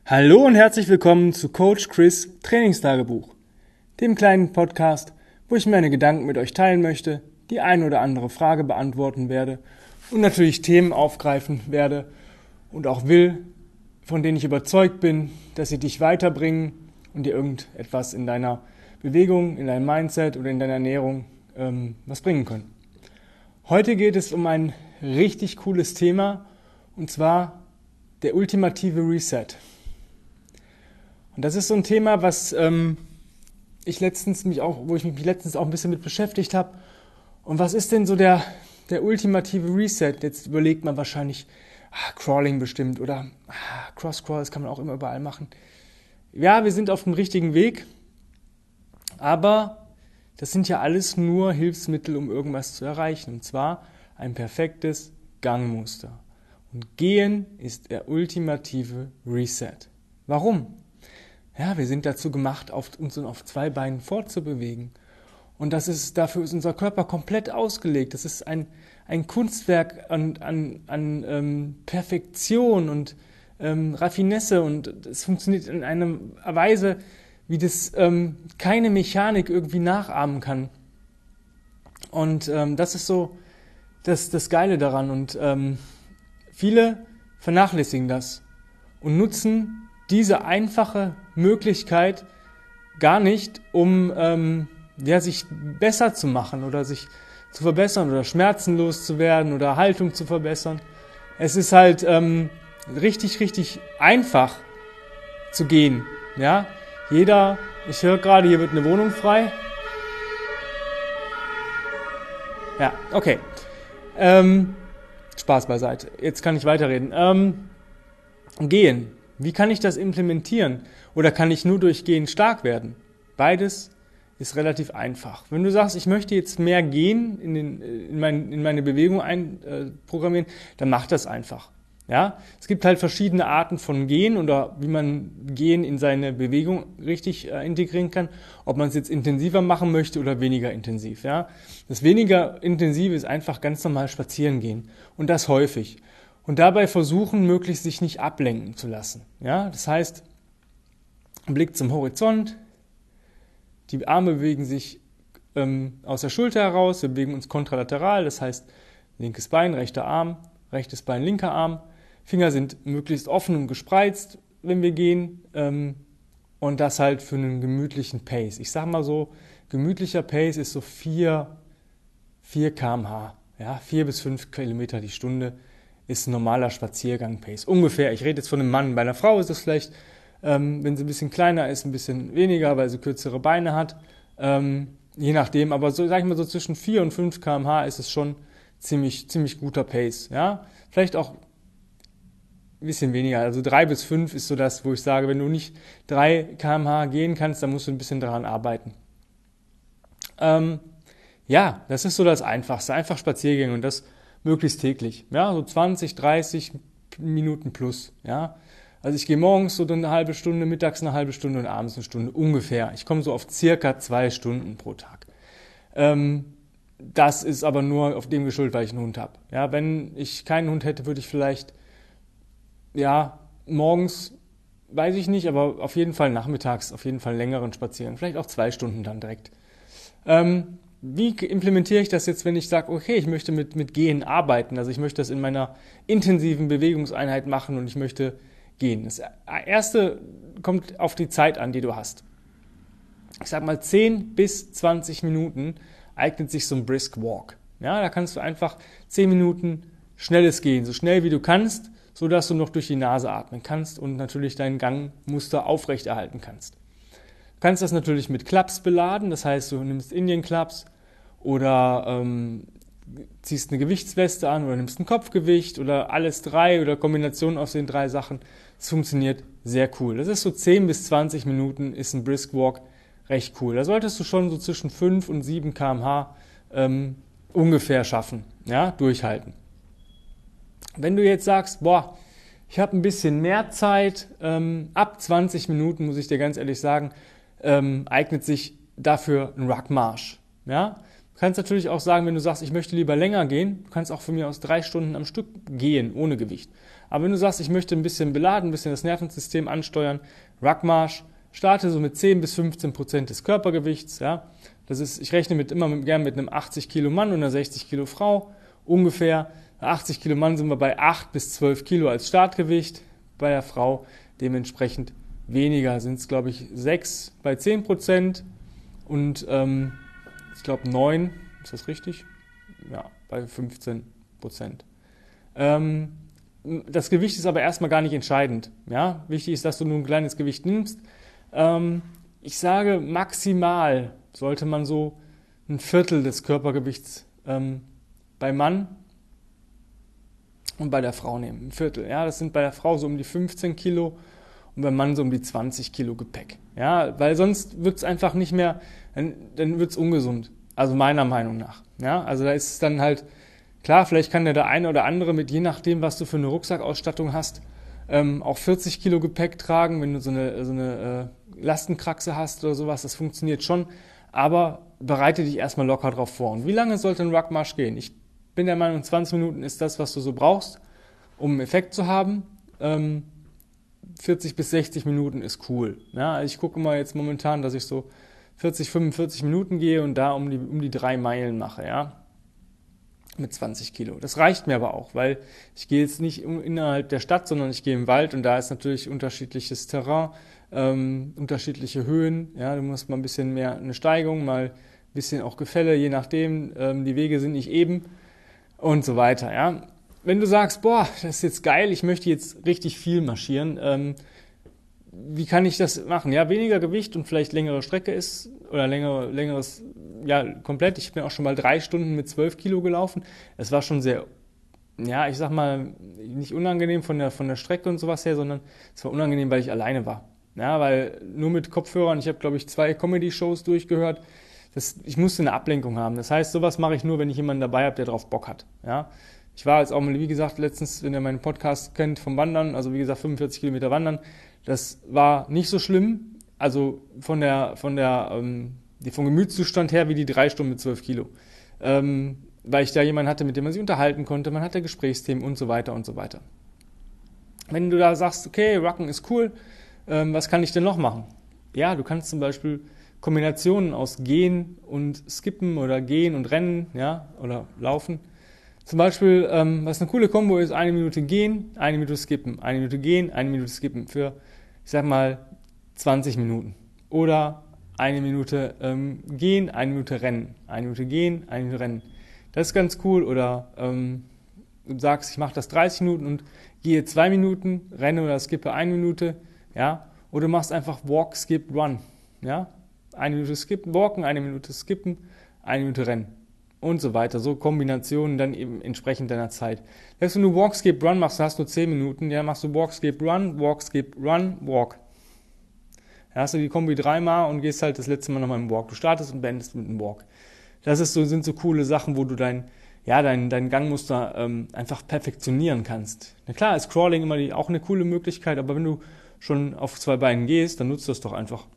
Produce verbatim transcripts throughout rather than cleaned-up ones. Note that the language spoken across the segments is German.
Hallo und herzlich willkommen zu Coach Chris Trainingstagebuch, dem kleinen Podcast, wo ich meine Gedanken mit euch teilen möchte, die ein oder andere Frage beantworten werde und natürlich Themen aufgreifen werde und auch will, von denen ich überzeugt bin, dass sie dich weiterbringen und dir irgendetwas in deiner Bewegung, in deinem Mindset oder in deiner Ernährung ähm, was bringen können. Heute geht es um ein richtig cooles Thema und zwar der ultimative Reset. Und das ist so ein Thema, was ähm, ich letztens mich auch, wo ich mich letztens auch ein bisschen mit beschäftigt habe. Und was ist denn so der, der ultimative Reset? Jetzt überlegt man wahrscheinlich, ah, Crawling bestimmt oder ah, Cross-Crawl, das kann man auch immer überall machen. Ja, wir sind auf dem richtigen Weg, aber das sind ja alles nur Hilfsmittel, um irgendwas zu erreichen. Und zwar ein perfektes Gangmuster. Und Gehen ist der ultimative Reset. Warum? Ja, wir sind dazu gemacht, auf, uns auf zwei Beinen fortzubewegen. Und das ist, dafür ist unser Körper komplett ausgelegt. Das ist ein, ein Kunstwerk an, an, an ähm, Perfektion und ähm, Raffinesse. Und es funktioniert in einer Weise, wie das ähm, keine Mechanik irgendwie nachahmen kann. Und ähm, das ist so das, das Geile daran. Und ähm, viele vernachlässigen das und nutzen diese einfache Möglichkeit gar nicht, um ähm, ja, sich besser zu machen oder sich zu verbessern oder schmerzenlos zu werden oder Haltung zu verbessern. Es ist halt ähm, richtig, richtig einfach zu gehen. Ja? Jeder, ich höre gerade, hier wird eine Wohnung frei. Ja, okay. Ähm, Spaß beiseite. Jetzt kann ich weiterreden. Ähm, gehen. Wie kann ich das implementieren? Oder kann ich nur durch Gehen stark werden? Beides ist relativ einfach. Wenn du sagst, ich möchte jetzt mehr Gehen in, den, in, mein, in meine Bewegung einprogrammieren, dann mach das einfach. Ja? Es gibt halt verschiedene Arten von Gehen oder wie man Gehen in seine Bewegung richtig äh, integrieren kann, ob man es jetzt intensiver machen möchte oder weniger intensiv. Ja? Das weniger intensive ist einfach ganz normal spazieren gehen und das häufig. Und dabei versuchen, möglichst sich nicht ablenken zu lassen. Ja, das heißt, Blick zum Horizont, die Arme bewegen sich ähm, aus der Schulter heraus, wir bewegen uns kontralateral, das heißt, linkes Bein, rechter Arm, rechtes Bein, linker Arm. Finger sind möglichst offen und gespreizt, wenn wir gehen, ähm, und das halt für einen gemütlichen Pace. Ich sage mal so, gemütlicher Pace ist so vier Kilometer pro Stunde, ja, vier bis fünf Kilometer die Stunde. Ist ein normaler Spaziergang-Pace. Ungefähr, ich rede jetzt von einem Mann. Bei einer Frau ist das vielleicht, ähm, wenn sie ein bisschen kleiner ist, ein bisschen weniger, weil sie kürzere Beine hat. Ähm, je nachdem, aber so, sag ich mal, so zwischen vier und fünf Kilometer pro Stunde ist es schon ziemlich, ziemlich guter Pace. Ja? Vielleicht auch ein bisschen weniger. Also drei bis fünf ist so das, wo ich sage, wenn du nicht drei Kilometer pro Stunde gehen kannst, dann musst du ein bisschen daran arbeiten. Ähm, ja, das ist so das Einfachste. Einfach Spaziergänge und das möglichst täglich, ja, so zwanzig, dreißig Minuten plus, ja. Also ich gehe morgens so eine halbe Stunde, mittags eine halbe Stunde und abends eine Stunde ungefähr. Ich komme so auf circa zwei Stunden pro Tag. Ähm, das ist aber nur auf dem geschuldet, weil ich einen Hund habe. Ja, wenn ich keinen Hund hätte, würde ich vielleicht, ja, morgens, weiß ich nicht, aber auf jeden Fall nachmittags, auf jeden Fall einen längeren Spaziergang, vielleicht auch zwei Stunden dann direkt. Ähm, Wie implementiere ich das jetzt, wenn ich sage, okay, ich möchte mit, mit Gehen arbeiten, also ich möchte das in meiner intensiven Bewegungseinheit machen und ich möchte gehen. Das erste kommt auf die Zeit an, die du hast. Ich sage mal, zehn bis zwanzig Minuten eignet sich so ein Brisk Walk. Ja, da kannst du einfach zehn Minuten schnelles Gehen, so schnell wie du kannst, sodass du noch durch die Nase atmen kannst und natürlich dein Gangmuster aufrechterhalten kannst. Du kannst das natürlich mit Clubs beladen, das heißt, du nimmst Indian Clubs oder ähm, ziehst eine Gewichtsweste an oder nimmst ein Kopfgewicht oder alles drei oder Kombinationen aus den drei Sachen. Das funktioniert sehr cool. Das ist so zehn bis zwanzig Minuten, ist ein Brisk Walk recht cool. Da solltest du schon so zwischen fünf und sieben Kilometer pro Stunde ähm, ungefähr schaffen, ja, durchhalten. Wenn du jetzt sagst, boah, ich habe ein bisschen mehr Zeit, ähm, ab zwanzig Minuten, muss ich dir ganz ehrlich sagen, Ähm, eignet sich dafür ein Ruckmarsch. Ja? Du kannst natürlich auch sagen, wenn du sagst, ich möchte lieber länger gehen, du kannst auch von mir aus drei Stunden am Stück gehen, ohne Gewicht. Aber wenn du sagst, ich möchte ein bisschen beladen, ein bisschen das Nervensystem ansteuern, Ruckmarsch, starte so mit zehn bis fünfzehn Prozent des Körpergewichts, ja. Das ist, ich rechne mit, immer mit, gern mit einem achtzig Kilo Mann und einer sechzig Kilo Frau, ungefähr. achtzig Kilo Mann sind wir bei acht bis zwölf Kilo als Startgewicht, bei der Frau dementsprechend weniger, sind es glaube ich sechs bei zehn Prozent und ähm, ich glaube neun, ist das richtig? Ja, bei fünfzehn Prozent. Ähm, das Gewicht ist aber erstmal gar nicht entscheidend. Ja? Wichtig ist, dass du nur ein kleines Gewicht nimmst. Ähm, ich sage, maximal sollte man so ein Viertel des Körpergewichts ähm, beim Mann und bei der Frau nehmen. Ein Viertel. Ja? Das sind bei der Frau so um die fünfzehn Kilo und beim Mann so um die zwanzig Kilo Gepäck. Ja? Weil sonst wird es einfach nicht mehr, dann, dann wird es ungesund. Also meiner Meinung nach. Ja? Also da ist es dann halt, klar, vielleicht kann der eine oder andere mit, je nachdem, was du für eine Rucksackausstattung hast, ähm, auch vierzig Kilo Gepäck tragen, wenn du so eine, so eine äh, Lastenkraxe hast oder sowas, das funktioniert schon, aber bereite dich erstmal locker drauf vor. Und wie lange sollte ein Ruckmarsch gehen? Ich bin der Meinung, zwanzig Minuten ist das, was du so brauchst, um einen Effekt zu haben. Ähm, vierzig bis sechzig Minuten ist cool. Ja, ich gucke mal jetzt momentan, dass ich so vierzig, fünfundvierzig Minuten gehe und da um die, um die drei Meilen mache, ja. Mit zwanzig Kilo. Das reicht mir aber auch, weil ich gehe jetzt nicht innerhalb der Stadt, sondern ich gehe im Wald und da ist natürlich unterschiedliches Terrain, ähm, unterschiedliche Höhen. Ja, du musst mal ein bisschen mehr eine Steigung, mal ein bisschen auch Gefälle, je nachdem. Ähm, die Wege sind nicht eben und so weiter. Ja, wenn du sagst, boah, das ist jetzt geil, ich möchte jetzt richtig viel marschieren. Ähm, wie kann ich das machen? Ja, weniger Gewicht und vielleicht längere Strecke ist oder längere, längeres, ja, komplett. Ich bin auch schon mal drei Stunden mit zwölf Kilo gelaufen. Es war schon sehr, ja, ich sag mal, nicht unangenehm von der, von der Strecke und sowas her, sondern es war unangenehm, weil ich alleine war. Ja, weil nur mit Kopfhörern, ich habe, glaube ich, zwei Comedy-Shows durchgehört. Das, ich musste eine Ablenkung haben. Das heißt, sowas mache ich nur, wenn ich jemanden dabei habe, der drauf Bock hat. Ja. Ich war jetzt auch mal, wie gesagt, letztens, wenn ihr meinen Podcast kennt, vom Wandern, also wie gesagt, fünfundvierzig Kilometer Wandern. Das war nicht so schlimm, also von der, von der, ähm, vom Gemütszustand her wie die drei Stunden mit zwölf Kilo. Ähm, weil ich da jemanden hatte, mit dem man sich unterhalten konnte, man hatte Gesprächsthemen und so weiter und so weiter. Wenn du da sagst, okay, Rucken ist cool, ähm, was kann ich denn noch machen? Ja, du kannst zum Beispiel Kombinationen aus Gehen und Skippen oder Gehen und Rennen, ja, oder Laufen. Zum Beispiel, ähm, was eine coole Kombo ist, eine Minute gehen, eine Minute skippen, eine Minute gehen, eine Minute skippen für, ich sag mal, zwanzig Minuten. Oder eine Minute ähm, gehen, eine Minute rennen, eine Minute gehen, eine Minute rennen. Das ist ganz cool. Oder ähm, du sagst, ich mache das dreißig Minuten und gehe zwei Minuten, renne oder skippe eine Minute, ja. Oder du machst einfach Walk, Skip, Run, ja. Eine Minute skippen, walken, eine Minute skippen, eine Minute rennen. Und so weiter, so Kombinationen dann eben entsprechend deiner Zeit. Wenn du Walk, Skip, Run machst, hast du zehn Minuten, ja, machst du Walk, Skip, Run, Walk, Skip, Run, Walk. Da hast du die Kombi dreimal und gehst halt das letzte Mal nochmal im Walk. Du startest und beendest mit einem Walk. Das ist so, sind so coole Sachen, wo du dein, ja, dein, dein Gangmuster ähm, einfach perfektionieren kannst. Na klar, ist Crawling immer die, auch eine coole Möglichkeit, aber wenn du schon auf zwei Beinen gehst, dann nutzt das doch einfach.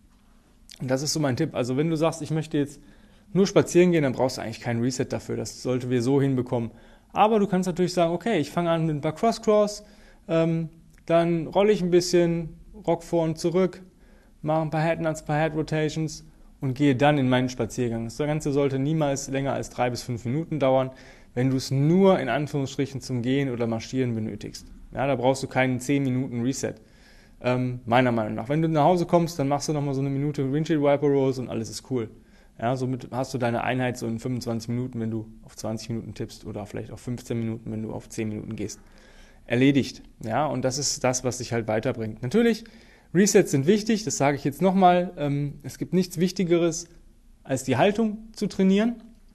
Und das ist so mein Tipp. Also wenn du sagst, ich möchte jetzt nur spazieren gehen, dann brauchst du eigentlich keinen Reset dafür. Das sollten wir so hinbekommen. Aber du kannst natürlich sagen, okay, ich fange an mit ein paar Cross-Cross, ähm, dann rolle ich ein bisschen, rock vor und zurück, mache ein paar Head-Nuts, ein paar Head-Rotations und gehe dann in meinen Spaziergang. Das Ganze sollte niemals länger als drei bis fünf Minuten dauern, wenn du es nur in Anführungsstrichen zum Gehen oder Marschieren benötigst. Ja, da brauchst du keinen zehn Minuten Reset. Ähm, meiner Meinung nach. Wenn du nach Hause kommst, dann machst du nochmal so eine Minute Windshield Wiper Rolls und alles ist cool. Ja, somit hast du deine Einheit so in fünfundzwanzig Minuten, wenn du auf zwanzig Minuten tippst oder vielleicht auf fünfzehn Minuten, wenn du auf zehn Minuten gehst. Erledigt. Ja, und das ist das, was dich halt weiterbringt. Natürlich, Resets sind wichtig, das sage ich jetzt nochmal. Ähm, es gibt nichts Wichtigeres, als die Haltung zu trainieren.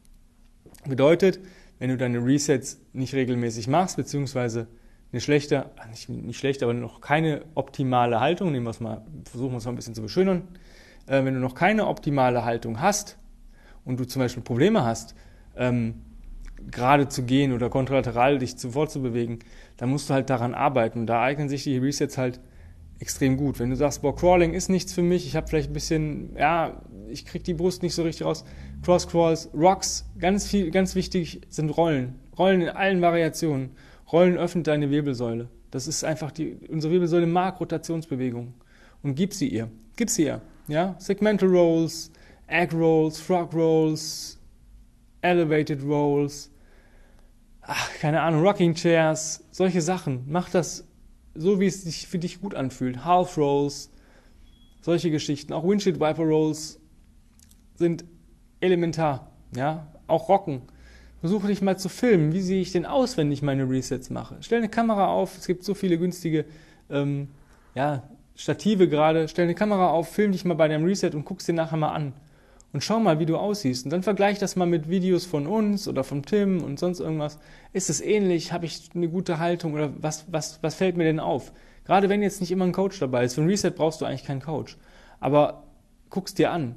Bedeutet, wenn du deine Resets nicht regelmäßig machst, beziehungsweise eine schlechte, nicht, nicht schlecht, aber noch keine optimale Haltung, nehmen wir es mal, versuchen wir es mal ein bisschen zu beschönern. Äh, wenn du noch keine optimale Haltung hast und du zum Beispiel Probleme hast, ähm, gerade zu gehen oder kontralateral dich zuvor zu bewegen, dann musst du halt daran arbeiten. Und da eignen sich die Resets halt extrem gut. Wenn du sagst, boah, Crawling ist nichts für mich, ich habe vielleicht ein bisschen, ja, ich kriege die Brust nicht so richtig raus. Cross-Crawls, Rocks, ganz viel, ganz wichtig sind Rollen. Rollen in allen Variationen. Rollen öffnet deine Wirbelsäule. Das ist einfach, die, unsere Wirbelsäule mag Rotationsbewegungen. Und gib sie ihr. Gib sie ihr. Ja? Segmental Rolls, Egg Rolls, Frog Rolls, Elevated Rolls, ach, keine Ahnung, Rocking Chairs, solche Sachen. Mach das so, wie es sich für dich gut anfühlt. Half Rolls, solche Geschichten. Auch Windshield Wiper Rolls sind elementar. Ja? Auch Rocken. Versuche dich mal zu filmen. Wie sehe ich denn aus, wenn ich meine Resets mache? Stell eine Kamera auf. Es gibt so viele günstige ähm, ja, Stative gerade. Stell eine Kamera auf, film dich mal bei deinem Reset und guck's dir nachher mal an. Und schau mal, wie du aussiehst. Und dann vergleich das mal mit Videos von uns oder von Tim und sonst irgendwas. Ist es ähnlich? Habe ich eine gute Haltung? Oder was, was, was fällt mir denn auf? Gerade wenn jetzt nicht immer ein Coach dabei ist. Für ein Reset brauchst du eigentlich keinen Coach. Aber guck's dir an.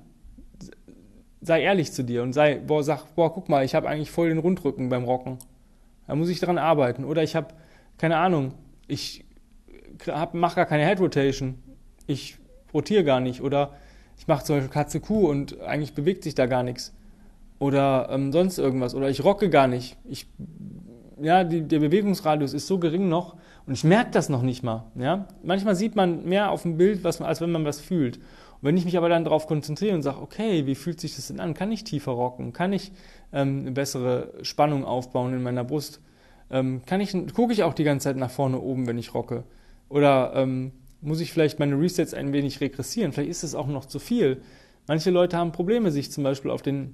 Sei ehrlich zu dir und sei, boah, sag, boah, guck mal, ich habe eigentlich voll den Rundrücken beim Rocken. Da muss ich dran arbeiten. Oder ich habe, keine Ahnung, ich mache gar keine Head Rotation. Ich rotiere gar nicht. Oder ich mache zum Beispiel Katze Kuh und eigentlich bewegt sich da gar nichts. Oder ähm, sonst irgendwas. Oder ich rocke gar nicht. Ich, ja, die, der Bewegungsradius ist so gering noch und ich merke das noch nicht mal. Ja? Manchmal sieht man mehr auf dem Bild, was man, als wenn man was fühlt. Und wenn ich mich aber dann darauf konzentriere und sage, okay, wie fühlt sich das denn an? Kann ich tiefer rocken? Kann ich ähm, eine bessere Spannung aufbauen in meiner Brust? Ähm, kann ich, gucke ich auch die ganze Zeit nach vorne oben, wenn ich rocke? Oder ähm, muss ich vielleicht meine Resets ein wenig regressieren? Vielleicht ist es auch noch zu viel. Manche Leute haben Probleme, sich zum Beispiel auf den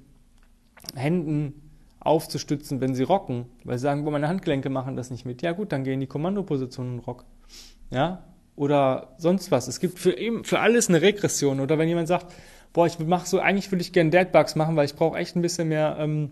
Händen aufzustützen, wenn sie rocken, weil sie sagen, boah, meine Handgelenke machen das nicht mit. Ja gut, dann geh in die Kommandoposition und rock. Ja, oder sonst was. Es gibt für, eben, für alles eine Regression. Oder wenn jemand sagt, boah, ich mache so, eigentlich würde ich gerne Deadbugs machen, weil ich brauche echt ein bisschen mehr ähm,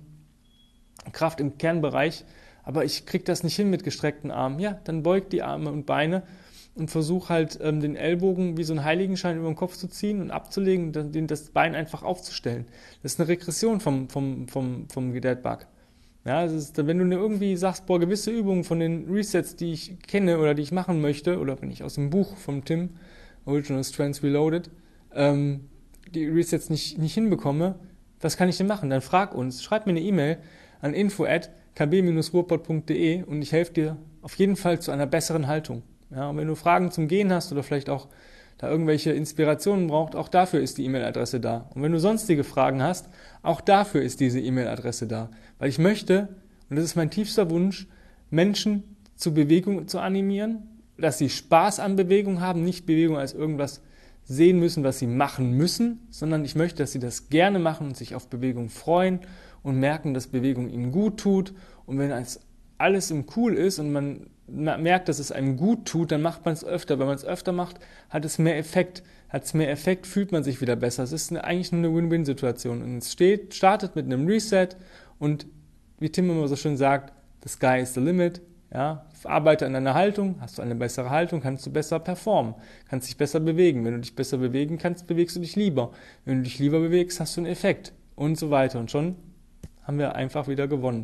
Kraft im Kernbereich, aber ich kriege das nicht hin mit gestreckten Armen. Ja, dann beugt die Arme und Beine und versuch halt ähm, den Ellbogen wie so einen Heiligenschein über den Kopf zu ziehen und abzulegen und dann das Bein einfach aufzustellen. Das ist eine Regression vom, vom, vom, vom Deadbug. Ja, das ist, wenn du irgendwie sagst, boah, gewisse Übungen von den Resets, die ich kenne oder die ich machen möchte, oder wenn ich aus dem Buch vom Tim, Original Strengths Reloaded, ähm, die Resets nicht, nicht hinbekomme, was kann ich denn machen? Dann frag uns, schreib mir eine E-Mail an info at k b dash ruhrpott punkt d e und ich helfe dir auf jeden Fall zu einer besseren Haltung. Ja, und wenn du Fragen zum Gehen hast oder vielleicht auch da irgendwelche Inspirationen braucht, auch dafür ist die E-Mail-Adresse da. Und wenn du sonstige Fragen hast, auch dafür ist diese E-Mail-Adresse da. Weil ich möchte, und das ist mein tiefster Wunsch, Menschen zu Bewegung zu animieren, dass sie Spaß an Bewegung haben, nicht Bewegung als irgendwas sehen müssen, was sie machen müssen, sondern ich möchte, dass sie das gerne machen und sich auf Bewegung freuen und merken, dass Bewegung ihnen gut tut. Und wenn alles im Cool ist und man merkt, dass es einem gut tut, dann macht man es öfter. Wenn man es öfter macht, hat es mehr Effekt. Hat es mehr Effekt, fühlt man sich wieder besser. Es ist eine, eigentlich nur eine Win-Win-Situation. Und es steht, startet mit einem Reset und wie Tim immer so schön sagt, the sky is the limit. Ja, arbeite an deiner Haltung, hast du eine bessere Haltung, kannst du besser performen, kannst dich besser bewegen. Wenn du dich besser bewegen kannst, bewegst du dich lieber. Wenn du dich lieber bewegst, hast du einen Effekt und so weiter. Und schon haben wir einfach wieder gewonnen.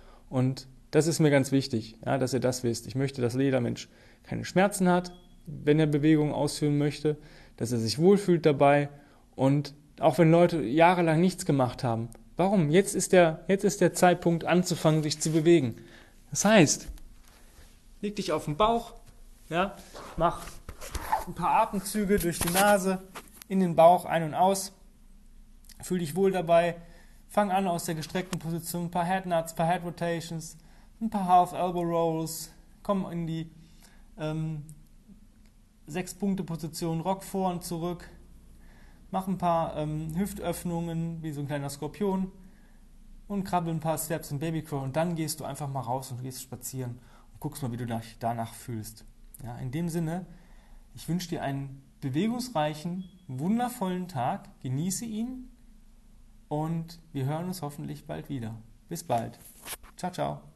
Und das ist mir ganz wichtig, ja, dass ihr das wisst. Ich möchte, dass jeder Mensch keine Schmerzen hat, wenn er Bewegungen ausführen möchte, dass er sich wohlfühlt dabei und auch wenn Leute jahrelang nichts gemacht haben. Warum? Jetzt ist der, jetzt ist der Zeitpunkt anzufangen, sich zu bewegen. Das heißt, leg dich auf den Bauch, ja, mach ein paar Atemzüge durch die Nase, in den Bauch ein- und aus, fühl dich wohl dabei, fang an aus der gestreckten Position, ein paar Head Nuts, ein paar Head Rotations, ein paar Half Elbow Rolls, komm in die ähm, Sechs-Punkte-Position, Rock vor und zurück, mach ein paar ähm, Hüftöffnungen wie so ein kleiner Skorpion und krabbel ein paar Steps in Babycrawl und dann gehst du einfach mal raus und gehst spazieren und guckst mal, wie du dich danach fühlst. Ja, in dem Sinne, ich wünsche dir einen bewegungsreichen, wundervollen Tag, genieße ihn und wir hören uns hoffentlich bald wieder. Bis bald. Ciao, ciao.